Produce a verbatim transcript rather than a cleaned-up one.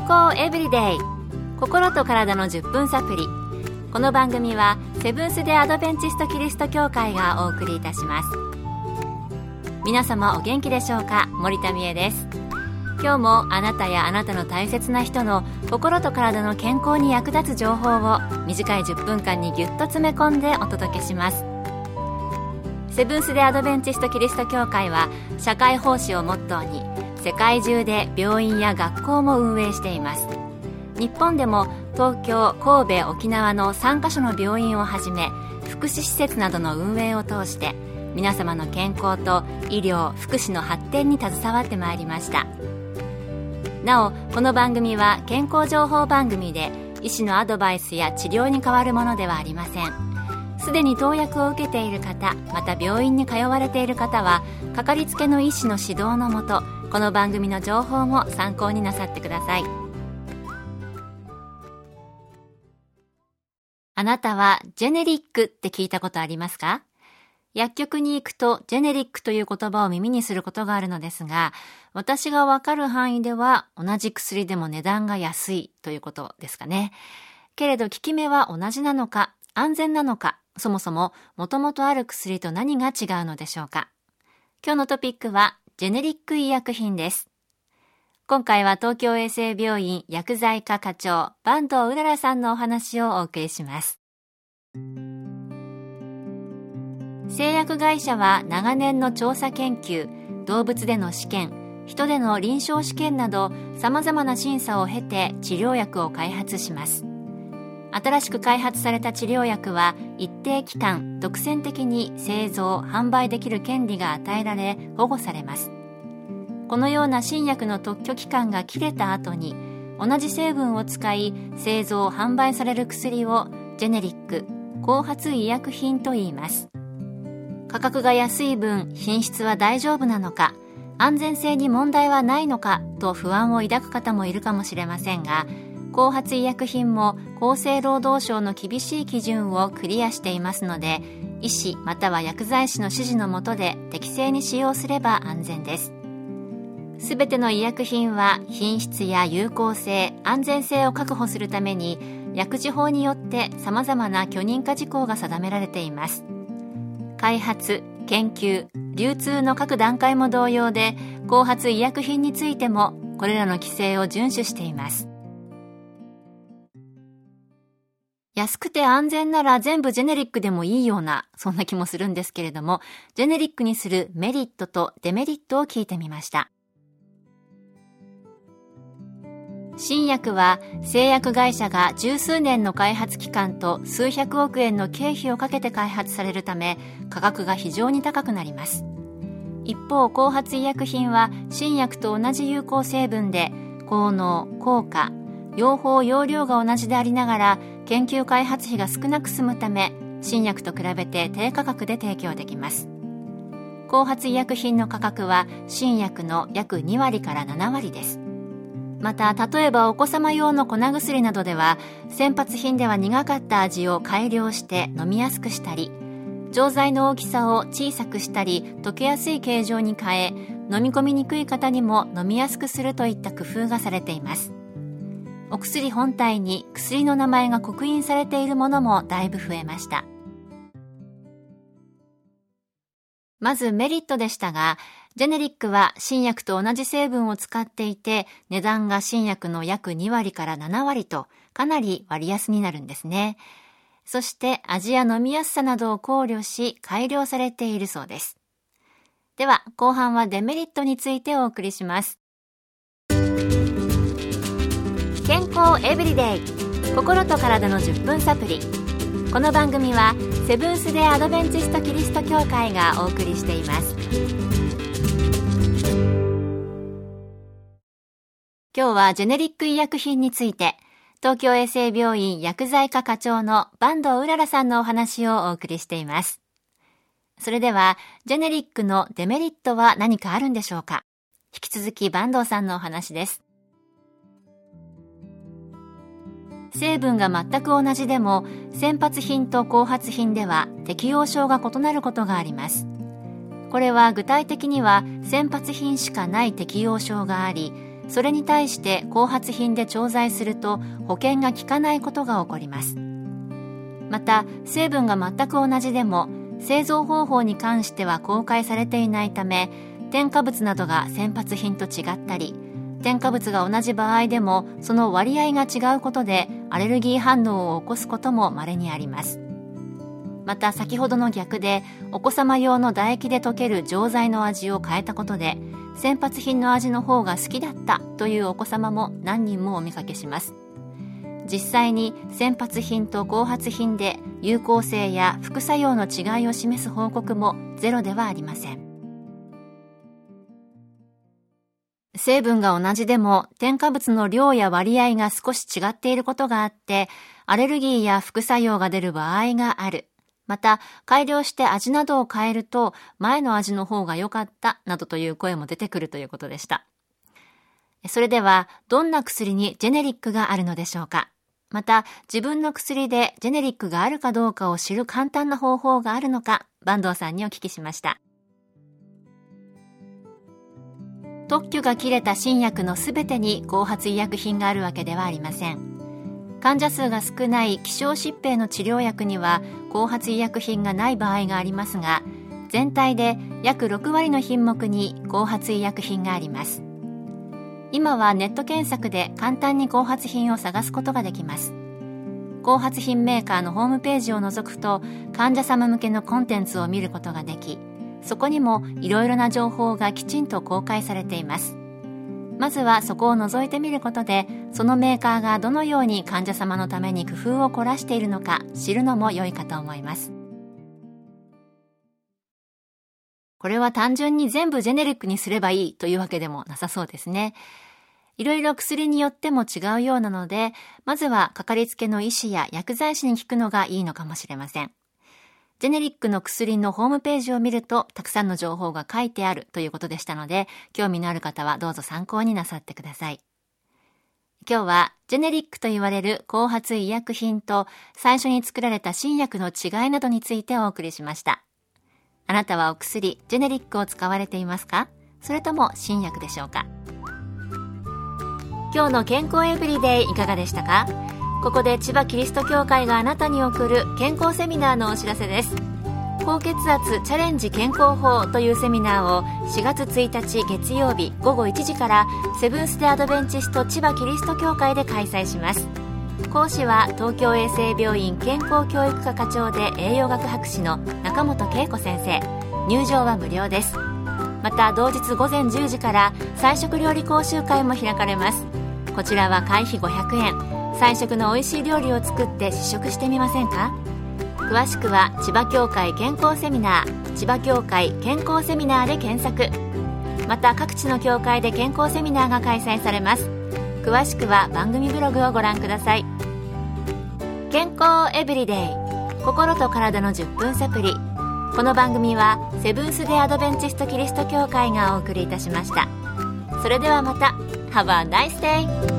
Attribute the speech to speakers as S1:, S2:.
S1: 康エブリデイ、心と体のじゅっぷんサプリ。この番組はセブンス・デ・アドベンチスト・キリスト教会がお送りいたします。皆様お元気でしょうか。森田美恵です。今日もあなたやあなたの大切な人の心と体の健康に役立つ情報を短いじゅっぷんかんにぎゅっと詰め込んでお届けします。セブンス・デ・アドベンチスト・キリスト教会は社会奉仕をモットーに世界中で病院や学校も運営しています。日本でも東京、神戸、沖縄のさんカ所の病院をはじめ福祉施設などの運営を通して皆様の健康と医療・福祉の発展に携わってまいりました。なお、この番組は健康情報番組で医師のアドバイスや治療に代わるものではありません。すでに投薬を受けている方、また病院に通われている方はかかりつけの医師の指導のもと、この番組の情報も参考になさってください。あなたはジェネリックって聞いたことありますか？薬局に行くとジェネリックという言葉を耳にすることがあるのですが、私がわかる範囲では同じ薬でも値段が安いということですかね。けれど効き目は同じなのか、安全なのか、そもそも元々ある薬と何が違うのでしょうか。今日のトピックはジェネリック医薬品です。今回は東京衛生病院薬剤科課長坂東うららさんのお話をお送りします。製薬会社は長年の調査研究、動物での試験、人での臨床試験など様々な審査を経て治療薬を開発します。新しく開発された治療薬は一定期間独占的に製造・販売できる権利が与えられ保護されます。このような新薬の特許期間が切れた後に同じ成分を使い製造・販売される薬をジェネリック、後発医薬品と言います。価格が安い分品質は大丈夫なのか、安全性に問題はないのかと不安を抱く方もいるかもしれませんが、後発医薬品も厚生労働省の厳しい基準をクリアしていますので、医師または薬剤師の指示の下で適正に使用すれば安全です。すべての医薬品は品質や有効性、安全性を確保するために薬事法によって様々な許認可事項が定められています。開発、研究、流通の各段階も同様で、後発医薬品についてもこれらの規制を遵守しています。安くて安全なら全部ジェネリックでもいいような、そんな気もするんですけれども、ジェネリックにするメリットとデメリットを聞いてみました。新薬は製薬会社が十数年の開発期間と数百億円の経費をかけて開発されるため、価格が非常に高くなります。一方、後発医薬品は新薬と同じ有効成分で効能、効果、用法・用量が同じでありながら研究開発費が少なく済むため、新薬と比べて低価格で提供できます。後発医薬品の価格は新薬の約にわりからななわりです。また、例えばお子様用の粉薬などでは先発品では苦かった味を改良して飲みやすくしたり、錠剤の大きさを小さくしたり溶けやすい形状に変え、飲み込みにくい方にも飲みやすくするといった工夫がされています。お薬本体に薬の名前が刻印されているものもだいぶ増えました。まずメリットでしたが、ジェネリックは新薬と同じ成分を使っていて、値段が新薬の約にわりからななわりとかなり割安になるんですね。そして味や飲みやすさなどを考慮し改良されているそうです。では後半はデメリットについてお送りします。健康エブリデイ、心と体のじゅっぷんサプリ。この番組はセブンス・デ・アドベンチスト・キリスト教会がお送りしています。今日はジェネリック医薬品について、東京衛生病院薬剤科課長の坂東うららさんのお話をお送りしています。それではジェネリックのデメリットは何かあるんでしょうか。引き続き坂東さんのお話です。成分が全く同じでも先発品と後発品では適用症が異なることがあります。これは具体的には先発品しかない適用症があり、 それに対して後発品で調剤すると保険が効かないことが起こります。また成分が全く同じでも製造方法に関しては公開されていないため、添加物などが先発品と違ったり、添加物が同じ場合でもその割合が違うことでアレルギー反応を起こすことも稀にあります。また先ほどの逆でお子様用の唾液で溶ける錠剤の味を変えたことで先発品の味の方が好きだったというお子様も何人もお見かけします。実際に先発品と後発品で有効性や副作用の違いを示す報告もゼロではありません。成分が同じでも添加物の量や割合が少し違っていることがあってアレルギーや副作用が出る場合がある。また改良して味などを変えると前の味の方が良かったなどという声も出てくるということでした。それではどんな薬にジェネリックがあるのでしょうか。また自分の薬でジェネリックがあるかどうかを知る簡単な方法があるのか、坂東さんにお聞きしました。特許が切れた新薬のすべてに後発医薬品があるわけではありません。患者数が少ない希少疾病の治療薬には後発医薬品がない場合がありますが、全体で約ろくわりの品目に後発医薬品があります。今はネット検索で簡単に後発品を探すことができます。後発品メーカーのホームページを覗くと患者様向けのコンテンツを見ることができ、そこにもいろいろな情報がきちんと公開されています。まずはそこを覗いてみることで、そのメーカーがどのように患者様のために工夫を凝らしているのか知るのも良いかと思います。これは単純に全部ジェネリックにすればいいというわけでもなさそうですね。いろいろ薬によっても違うようなので、まずはかかりつけの医師や薬剤師に聞くのがいいのかもしれません。ジェネリックの薬のホームページを見るとたくさんの情報が書いてあるということでしたので、興味のある方はどうぞ参考になさってください。今日はジェネリックと言われる後発医薬品と最初に作られた新薬の違いなどについてお送りしました。あなたはお薬ジェネリックを使われていますか？それとも新薬でしょうか？今日の健康エブリデイいかがでしたか？ここで千葉キリスト教会があなたに送る健康セミナーのお知らせです。高血圧チャレンジ健康法というセミナーをしがつついたち月曜日ごごいちじからセブンス・デ・アドベンチスト千葉キリスト教会で開催します。講師は東京衛生病院健康教育科課長で栄養学博士の中本恵子先生。入場は無料です。また同日ごぜんじゅうじから菜食料理講習会も開かれます。こちらは会費ごひゃくえん。菜食の美味しい料理を作って試食してみませんか？詳しくは千葉協会健康セミナー、千葉協会健康セミナーで検索。また各地の協会で健康セミナーが開催されます。詳しくは番組ブログをご覧ください。健康エブリデイ、心と体のじゅっぷんサプリ。この番組はセブンス・デ・アドベンチスト・キリスト教会がお送りいたしました。それではまた。Have a nice day!